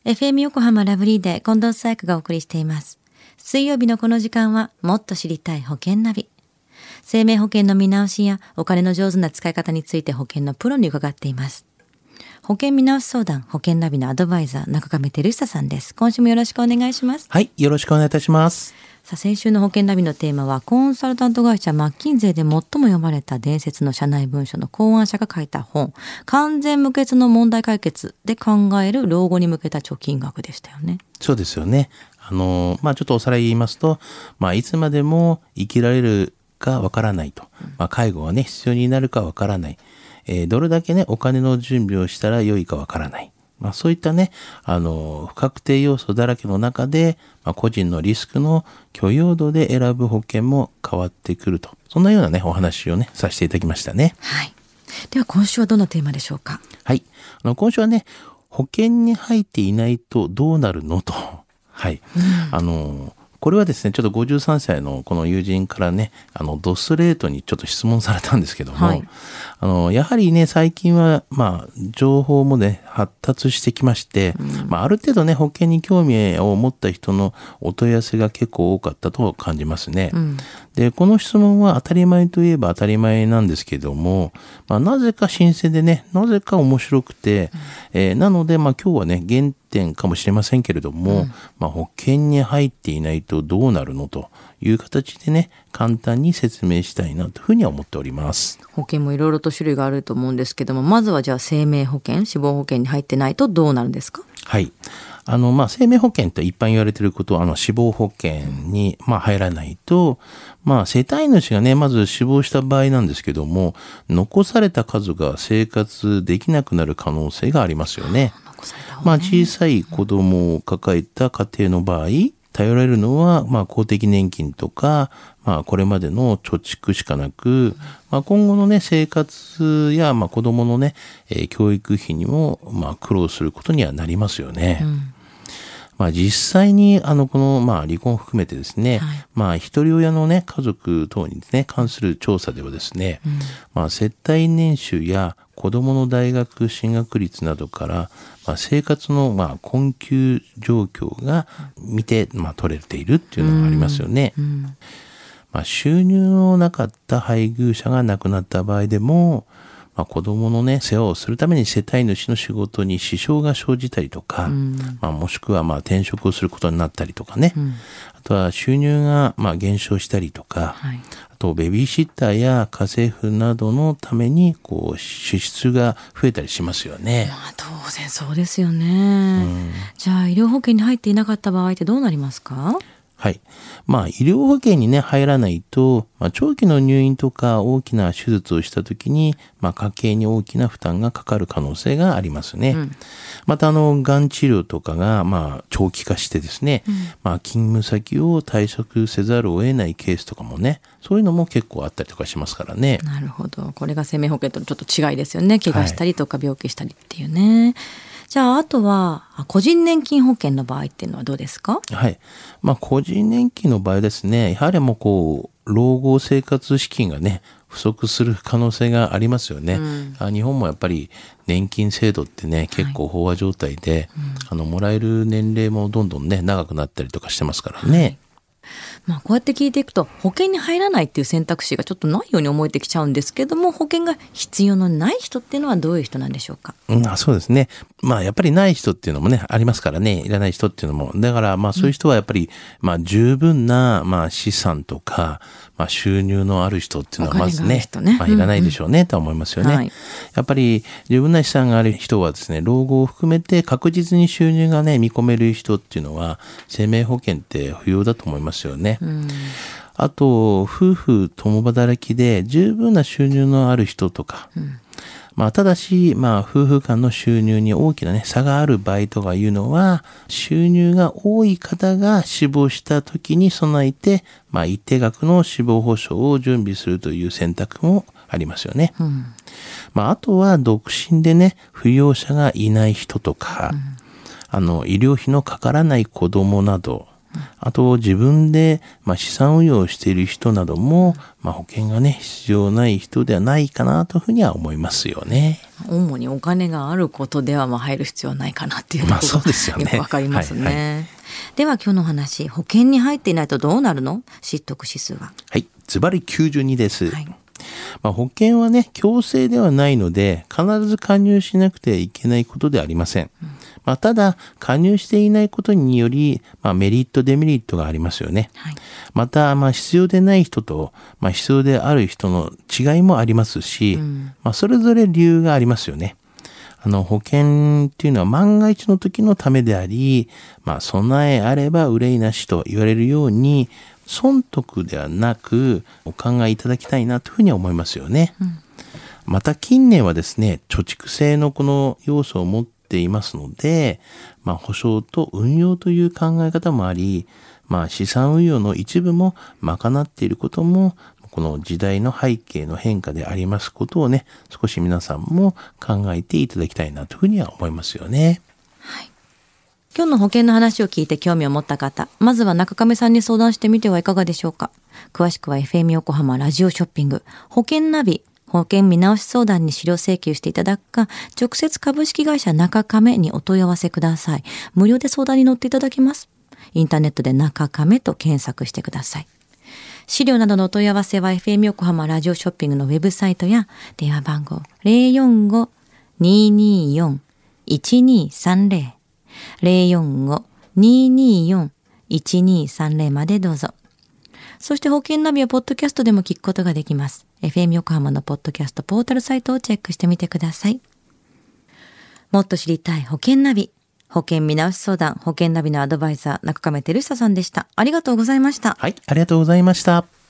FM 横浜ラブリーで近藤紗友香がお送りしています。水曜日のこの時間はもっと知りたい保険ナビ。生命保険の見直しやお金の上手な使い方について保険のプロに伺っています。保険見直し相談保険ナビのアドバイザー中亀照久さんです。今週もよろしくお願いします。 はい、よろしくお願いいたします。 さあ、先週の保険ナビのテーマはコンサルタント会社マッキンゼーで最も読まれた伝説の社内文書の考案者が書いた本、完全無欠の問題解決で考える老後に向けた貯金額でしたよね。 そうですよね。ちょっとおさらい言いますと、いつまでも生きられるかわからないと、介護がね必要になるかわからない、どれだけねお金の準備をしたら良いかわからない、そういったね不確定要素だらけの中で、個人のリスクの許容度で選ぶ保険も変わってくると、そんなようなねお話をねさせていただきましたね。 はい。では今週はどんなテーマでしょうか。 はい。今週はね、保険に入っていないとどうなるのと。はい。これはですね、ちょっと53歳のこの友人からね、ドストレートにちょっと質問されたんですけども、はい、やはりね、最近は、情報もね、発達してきまして、ある程度ね、保険に興味を持った人のお問い合わせが結構多かったと感じますね。で、この質問は当たり前といえば当たり前なんですけども、なぜか新鮮でね、なぜか面白くて、なので、今日はね、原点かもしれませんけれども、保険に入っていないとどうなるのという形でね、簡単に説明したいなというふうには思っております。 保険もいろいろと種類があると思うんですけども、まずはじゃあ生命保険、死亡保険に入ってないとどうなるんですか。 はい。生命保険と一般言われていることは、死亡保険に、入らないと、世帯主がね、まず死亡した場合なんですけども、残された家族が生活できなくなる可能性がありますよね。小さい子供を抱えた家庭の場合、頼られるのは、公的年金とか、これまでの貯蓄しかなく、今後のね、生活や、子供のね、教育費にも、苦労することにはなりますよね。実際に、この、離婚を含めてですね、一人親のね、家族等にね、関する調査ではですね、世帯年収や子供の大学進学率などから、生活の、困窮状況が見て、取れているっていうのがありますよね。収入のなかった配偶者が亡くなった場合でも、子供のね、世話をするために世帯主の仕事に支障が生じたりとか、もしくは転職をすることになったりとかね、あとは収入が減少したりとか、あとベビーシッターや家政婦などのために支出が増えたりしますよね。 当然そうですよね。じゃあ医療保険に入っていなかった場合ってどうなりますか。 はい。医療保険にね、入らないと、長期の入院とか大きな手術をしたときに、家計に大きな負担がかかる可能性がありますね。また、がん治療とかが、長期化してですね、勤務先を退職せざるを得ないケースとかもね、そういうのも結構あったりとかしますからね。 なるほど。これが生命保険とのちょっと違いですよね。怪我したりとか病気したりっていうね。じゃあ、あとは、個人年金保険の場合っていうのはどうですか。 はい。個人年金の場合ですね、やはり老後生活資金がね、不足する可能性がありますよね。日本もやっぱり年金制度ってね、結構飽和状態で、もらえる年齢もどんどんね、長くなったりとかしてますからね。 こうやって聞いていくと保険に入らないっていう選択肢がちょっとないように思えてきちゃうんですけども、保険が必要のない人っていうのはどういう人なんでしょうか。 そうですね。やっぱりない人っていうのもね、ありますからね。いらない人っていうのも。だからそういう人はやっぱり、十分な、資産とか、収入のある人っていうのはまずね、いらないでしょうね、と思いますよね。やっぱり十分な資産がある人はですね、老後を含めて確実に収入がね、見込める人っていうのは、生命保険って不要だと思いますよね。あと、夫婦共働きで十分な収入のある人とか、ただし、夫婦間の収入に大きなね、差がある場合とかいうのは、収入が多い方が死亡した時に備えて、一定額の死亡保障を準備するという選択もありますよね。あとは、独身でね、扶養者がいない人とか、医療費のかからない子供など、 あと自分で、資産運用をしている人なども、保険がね必要ない人ではないかなというふうには思いますよね。 主にお金があることでは入る必要はないかなっていうところそうですよね。 がよくわかりますね。では今日の話、保険に入っていないとどうなるの？知得指数は。 はい、ズバリ92です。保険はね強制ではないので必ず加入しなくてはいけないことではありません。ただ加入していないことにより、メリットデメリットがありますよね。また、必要でない人と、必要である人の違いもありますし、それぞれ理由がありますよね。保険っていうのは万が一の時のためであり、備えあれば憂いなしと言われるように損得ではなくお考えいただきたいなというふうに思いますよね。また近年はですね、貯蓄性のこの要素を持っていますので、保証と運用という考え方もあり、資産運用の一部も賄っていることもこの時代の背景の変化でありますことをね、少し皆さんも考えていただきたいなというふうには思いますよね。 今日の保険の話を聞いて興味を持った方、まずは中亀さんに相談してみてはいかがでしょうか。詳しくは FM 横浜ラジオショッピング保険ナビ保険見直し相談に資料請求していただくか、直接株式会社中亀にお問い合わせください。無料で相談に乗っていただけます。インターネットで中亀と検索してください。資料などのお問い合わせは FM 横浜ラジオショッピングのウェブサイトや電話番号 045-224-1230 045-224-1230 までどうぞ。そして保険ナビはポッドキャストでも聞くことができます。FM 横浜のポッドキャストポータルサイトをチェックしてみてください。もっと知りたい保険ナビ。保険見直し相談、保険ナビのアドバイザー、中亀照久さんでした。ありがとうございました。 はい、ありがとうございました。